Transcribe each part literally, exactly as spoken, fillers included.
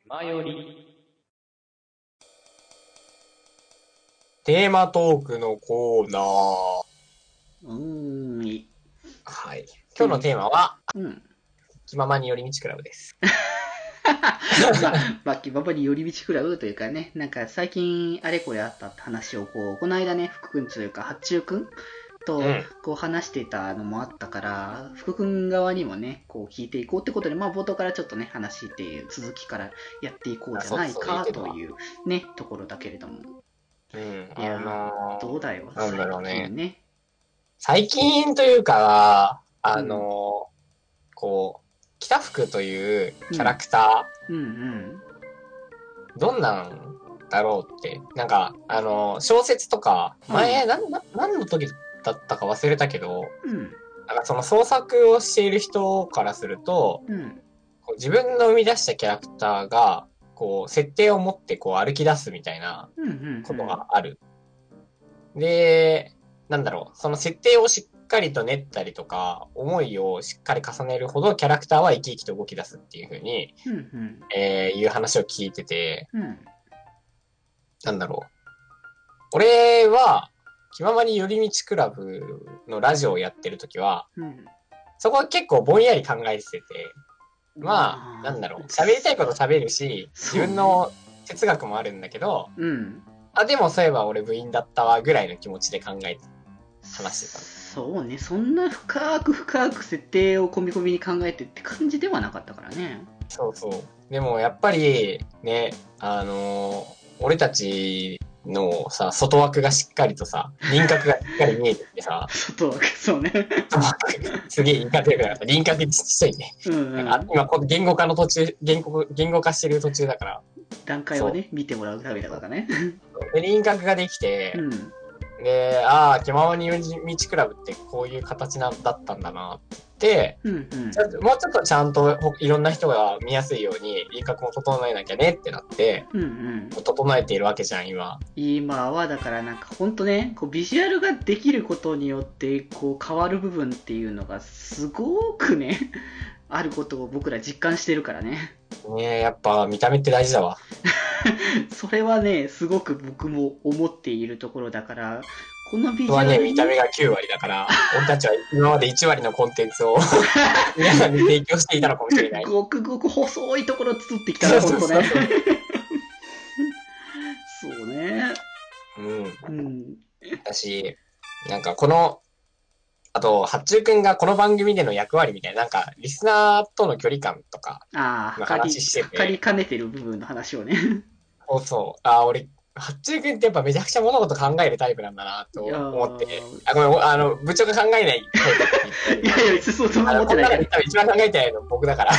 前よりテーマトークのコーナー。 うーんいはい。今日のテーマは、 うん気ままに寄り道クラブです。 まあ、まあ、気ままに寄り道クラブというかね、なんか最近あれこれあったって話をこう、この間ね、福君というか、八中君とうん。 こう話してたのもあったから、福君側にもね、こう聞いていこうってことで、まあ冒頭からちょっとね、話している続きからやっていこうあ、 じゃそうそう、言っないかてたわ。 というね、ところだけれども。 うん。 いやあー、どうのだよ、 ー、なんだ最ろうね。 近ね。 最近というか、あうん、 のー、こう、北福といううん、 キャラクタうん、うん、 ー、どんなんだろうって。なんか、あのー、小説とか、 うん、 前、なん、な何の時だったか忘れたけど、 うん、 なんかその創作をしている人からすると、 うん、 こう自分の生み出したキャラクターが、こう、設定を持ってこう歩き出すみたいなうん、うことん、 がある。で、なんだろう、その設定をしっかりと練ったりとか、思いをしっかり重ねるほどキャラクターは生き生きと動き出すっていう風に、 うん、うん、 えー、いう話を聞いてて、 うん、 なんだろう。俺は、気ままに寄り道クラブのラジオをやってるときは、 うん。 そこは結構ぼんやり考えてて、まあ、 まあ、 なんだろう。喋りたいこと喋るし、自そうね。 分の哲学もあるんだけど、 うん。 あ、でもそういえば俺部員だったわ、ぐらいの気持ちで考えて話してた。 そうね。そんな深く深く設定を込み込みに考えてって感じではなかったからね。 そうそう。でもやっぱり、ね、あのー俺たちのさ、外枠がしっかりとさ、輪郭がしっかり見えててさ、 外枠、そうね。 外枠すげえ言い方よくなかった。輪郭ちっちゃいね。 うんうなんか、あん。 今、この言語化の途中、言語、言語化してる途中だから、 段階をそね、見てもらうためだからね。 う。で、輪郭ができて、 うん。 で、ああ、気ままに寄り道クラブってこういう形なんだったんだなって言って、 うんうん。 ちょっともうちょっとちゃんといろんな人が見やすいように輪郭も整えなきゃねってなって、 うんうん。 整えているわけじゃん、今。 今はだからなんかほんとね、こうビジュアルができることによってこう変わる部分っていうのがすごくね、あることを僕ら実感してるからね。 ねえ、やっぱ見た目って大事だわ。 それはね、すごく僕も思っているところだから、このビ人はね、 ジュアルに、 見た目がきゅう割だから、俺たちは今までいち割のコンテンツを皆さんに提供していたのかもしれない。 ごくごく細いところ作ってきたそうな、ほんとね。 そうそうそう。 そうね。 うん。 うん。 だし、なんかこの、あと、八中くんがこの番組での役割みたいな、なんか、リスナーとの距離感とかああ、 の測り、 話してて、 測りかねてる部分の話をね。 そうそう。あ、俺、八中君ってやっぱめちゃくちゃ物事考えるタイプなんだないやと思って。 ー、 あ、ごめん、あの、部長が考えないタイプって言ったいやいや、 今。 別にそうともあの、 思ってないから。 この中で多分一番考えてないの僕だから。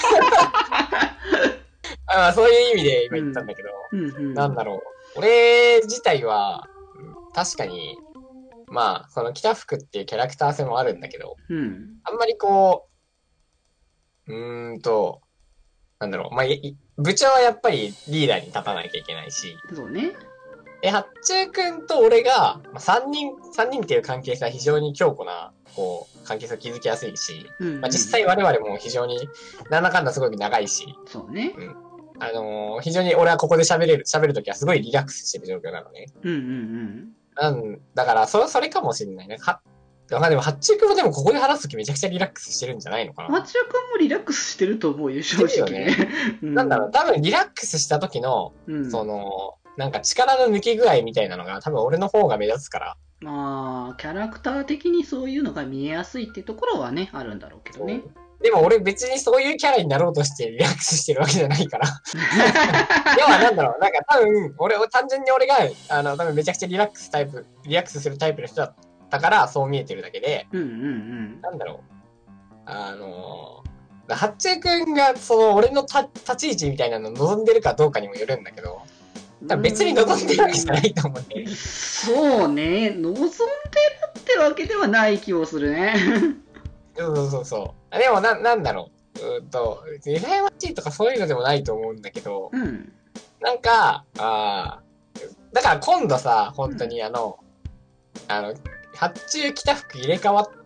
あ、そういう意味で今うん。 言ったんだけど、 うんうん。 なんだろう。俺自体は、確かに、まあ、その北福っていうキャラクター性もあるんだけど、 うん。 あんまりこう、うーんと、なんだろう。まあ、い部長はやっぱりリーダーに立たなきゃいけないし、 そうね。 で、八中くんと俺が、まあ、三人、三人っていう関係性は非常に強固な、こう、関係性を築きやすいし、 うんうまあ、実ん。 際我々も非常に、なんだかんだすごく長いし、 そうね。 うん。あのー非常に俺はここで喋れる、喋るときはすごいリラックスしてる状況なのね。 うんうんなんだから、それ、それかもしれないね。は、まあでも、八中くんもでもここで話すときめちゃくちゃリラックスしてるんじゃないのかうん。 な。 町田君もリラックスしてると思うよ、 してるよ正直ね。 ね。 うなんだろう、 ん。 多分リラックスした時の、 うん。 その、なんか力の抜け具合みたいなのが多分俺の方が目立つから、 まあ、キャラクター的にそういうのが見えやすいってところはね、あるんだろうけどね。 そう。でも俺別にそういうキャラになろうとしてリラックスしてるわけじゃないから。要はなんだろう、なんか多分、俺を単純に俺が、あの、多分めちゃくちゃリラックスタイプ、リラックスするタイプの人だったからそう見えてるだけで、 うんうんなんだろう、あのー、八中くんがその俺の立ち位置みたいなのを望んでるかどうかにもよるんだけど、 うん。 多分別に望んでるわけじゃないと思うんうーん。 で。 そうね、望んでるってわけではない気もするね。 そうそうそうそう。でもな、なんだろう。うーんと、羨ましいとかそういうのでもないと思うんだけど、 うん。 なんか、あだから今度さ、本当うん。 にあの、あの、発注着た服入れ替わっ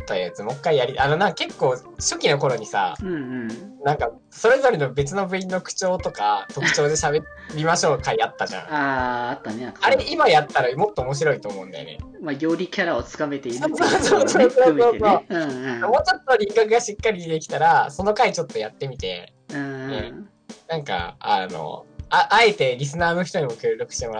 ったやつもう一回やり、あのな、結構初期の頃にさ、 うんうん。 なんか、それぞれの別の部員の口調とか、特徴で喋りましょう回あったじゃん。 あー、あったね。なんかあれ、今やったらもっと面白いと思うんだよね。 まあ、よりキャラをつかめているっていうとこそうそうろをね、 そうそう含めてね。うんうん。 もうちょっと輪郭がしっかりできたら、その回ちょっとやってみて、 うんうねん。 なんか、あの、あ、あえてリスナーの人にも協力してもらって、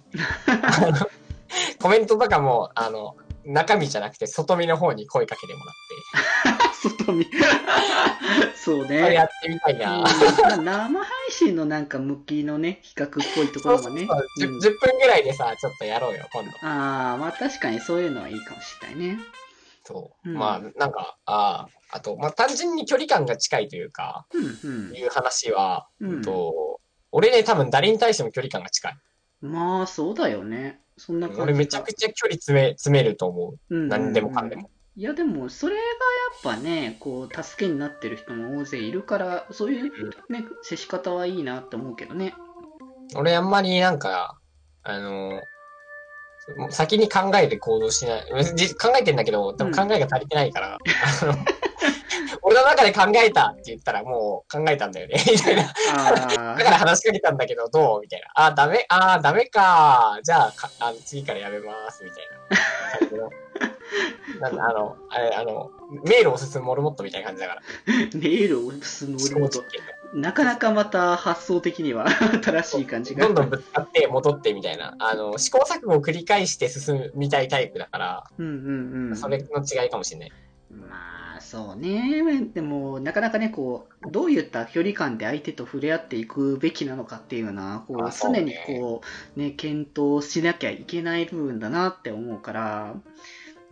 あの、コメントとかも、あの、中身じゃなくて外見の方に声かけてもらって、 外見。そうそれやね。 ってみたいな。 うん生配信のなんか向きのね、企画っぽいところがね。 そうそうそう、じゅうんじゅっぷんぐらいでさ、ちょっとやろうよ、今度。 ああ、まあ確かにそういうのはいいかもしれないね。 そう。 うんまあ、なんか、ああ、あと、まあ単純に距離感が近いというか、 うんいう話は、 うんうんと、俺ね、多分誰に対しても距離感が近い。 うん。まあそうだよね。そんな感じが。 俺めちゃくちゃ距離詰め、詰めると思う。 うんうんうん何でもかんでも。 いやでもそれがやっぱね、こう助けになってる人も大勢いるから、そういうね、接し方はいいなって思うけどね。 俺あんまりなんか、あの、もう先に考えて行動しない。じ考えてんだけど、多分考えが足りてないから、あの俺の中で考えたって言ったらもう考えたんだよね、みたいな。 あだから話しかけたんだけど、どうみたいな。あ、ダメあ、ダメか。じゃあかあの、次からやめます、みたいな感じの。なんかあの、あれ、あの、迷路を進むモルモットみたいな感じだから。 あ、メールを進む思考と実験なかなかまた発想的には新しい感じが。 どんどんぶつかって戻ってみたいな。あの、試行錯誤を繰り返して進みたいタイプだから、 うんうんうん。 それの違いかもしれない。 まあそうね。でもなかなかね、こう、どういった距離感で相手と触れ合っていくべきなのかっていうのは、こう、 あそうね常にこう、ね、検討しなきゃいけない部分だなって思うから、うん、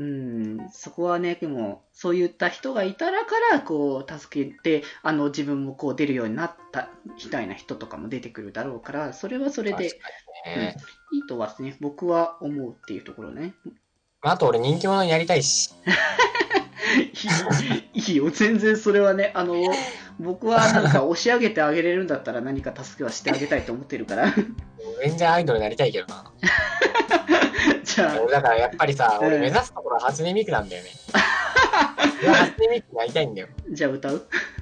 そこはね、でも、そういった人がいたらから、こう、助けて、あの、自分もこう出るようになったみたいな人とかも出てくるだろうから、それはそれで確かにね。 いいとはね、僕は思うっていうところね。 あと俺人気者になりたいし。 いいいいよ、全然それはね、あの、僕はなんか押し上げてあげれるんだったら何か助けはしてあげたいと思ってるから。 全然アイドルになりたいけどな。 じゃあ、 俺だからやっぱりさ、 うん俺目指すところは初音ミクなんだよね。俺は初音ミクになりたいんだよ。 じゃあ歌う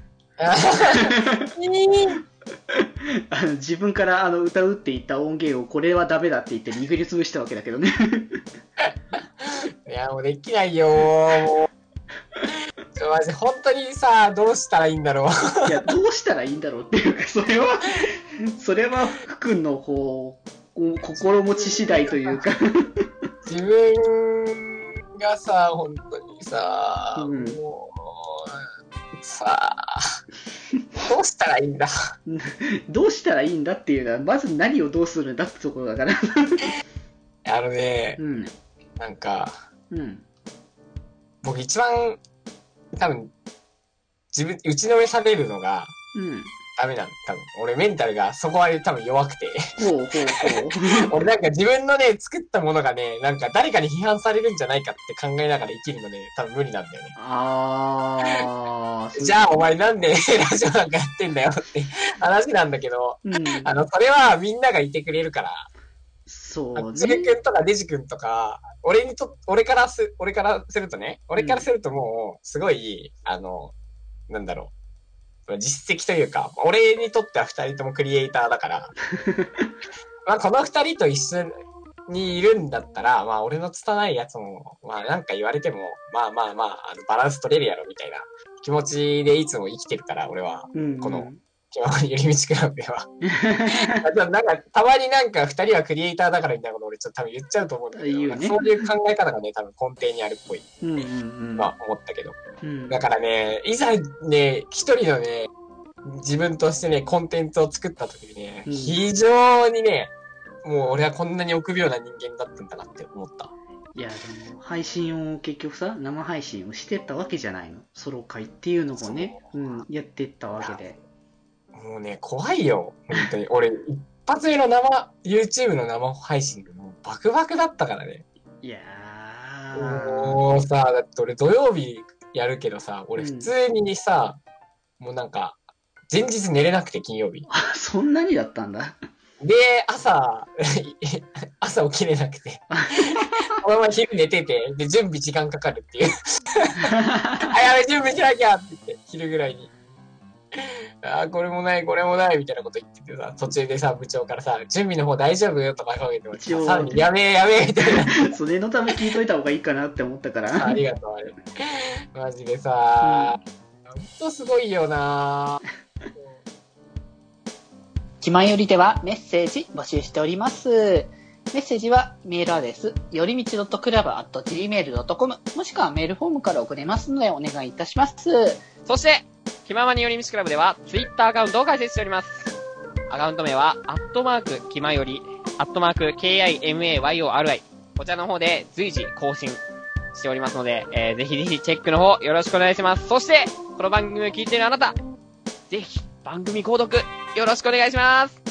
あの自分からあの歌うって言った音源をこれはダメだって言って握りつぶしたわけだけどね。 いや、もうできないよー。もう。ちょマジ本当にさ、どうしたらいいんだろう。 いや、どうしたらいいんだろうっていうか、それは、それは福君のこう、心持ち次第というか。 自分がさ、本当にさ、 うんもう、さ、どうしたらいいんだ。 どうしたらいいんだっていうのは、まず何をどうするんだってところだから。 あのね、 うん。 なんか、 うん。 僕一番、多分、自分、打ちのめされるのがうん。 ダメなの。多分。俺メンタルがそこは多分弱くて。 ほうほうほう。 俺なんか自分のね、作ったものがね、なんか誰かに批判されるんじゃないかって考えながら生きるのね、多分無理なんだよね。 あー。 じゃあお前なんでラジオなんかやってんだよって話なんだけど、 うん。 あの、それはみんながいてくれるから、 そうつるね。 くんとかデジくんとか、俺にと、俺からす、俺からするとね、俺からするともう、すごい、あの、なんだろう、実績というか、俺にとっては二人ともクリエイターだから、まあこの二人と一緒にいるんだったら、まあ俺の拙いやつも、まあなんか言われても、まあまあまあ、あのバランス取れるやろみたいな気持ちでいつも生きてるから、俺は、 うんうん、 この、気ままに寄り道クラブでは。なんか、たまになんか二人はクリエイターだからみたいなこと俺ちょっと多分言っちゃうと思うんだけど、 言うねそういう考え方がね、多分根底にあるっぽい。 うんうんうん。 まあ思ったけど。 うん、 だからね、いざね、一人のね、自分としてね、コンテンツを作った時にね、 うん非常にね、もう俺はこんなに臆病な人間だったんだなって思った。 いや、でも、配信を結局さ、生配信をしてったわけじゃないの。ソロ会っていうのもね、う、ん、やってったわけで。 もうね、怖いよ。本当に。俺、一発目の生、YouTube の生配信、もうバクバクだったからね。 いやー。 もうさ、だって俺土曜日やるけどさ、俺普通にさ、うん、もうなんか、前日寝れなくて金曜日。 あ、そんなにだったんだ。 で、朝、朝起きれなくて。 このまま昼寝てて、で、準備時間かかるっていう。あ、やべ、準備しなきゃって言って、昼ぐらいに。あ、これもない、これもない、みたいなこと言っててさ、途中でさ、部長からさ、準備の方大丈夫とかかけてもさ、さらにやべえ、やべえ、みたいな。 それのため聞いといた方がいいかなって思ったから。 ありがとう、あれ。マジでさ、ほんとすごいよな。 気まよりではメッセージ募集しております。メッセージはメールアドレス、よりみち .club アット ジーメール ドットコム もしくはメールフォームから送れますのでお願いいたします。 そして、気ままに寄り道クラブではツイッターアカウントを開設しております。アカウント名は、アットマーク、気まより、アットマーク、ケーアイエムエーワイオーアールアイ。こちらの方で随時更新しておりますので、えー、ぜひぜひチェックの方よろしくお願いします。そして、この番組を聞いているあなた、ぜひ番組購読よろしくお願いします。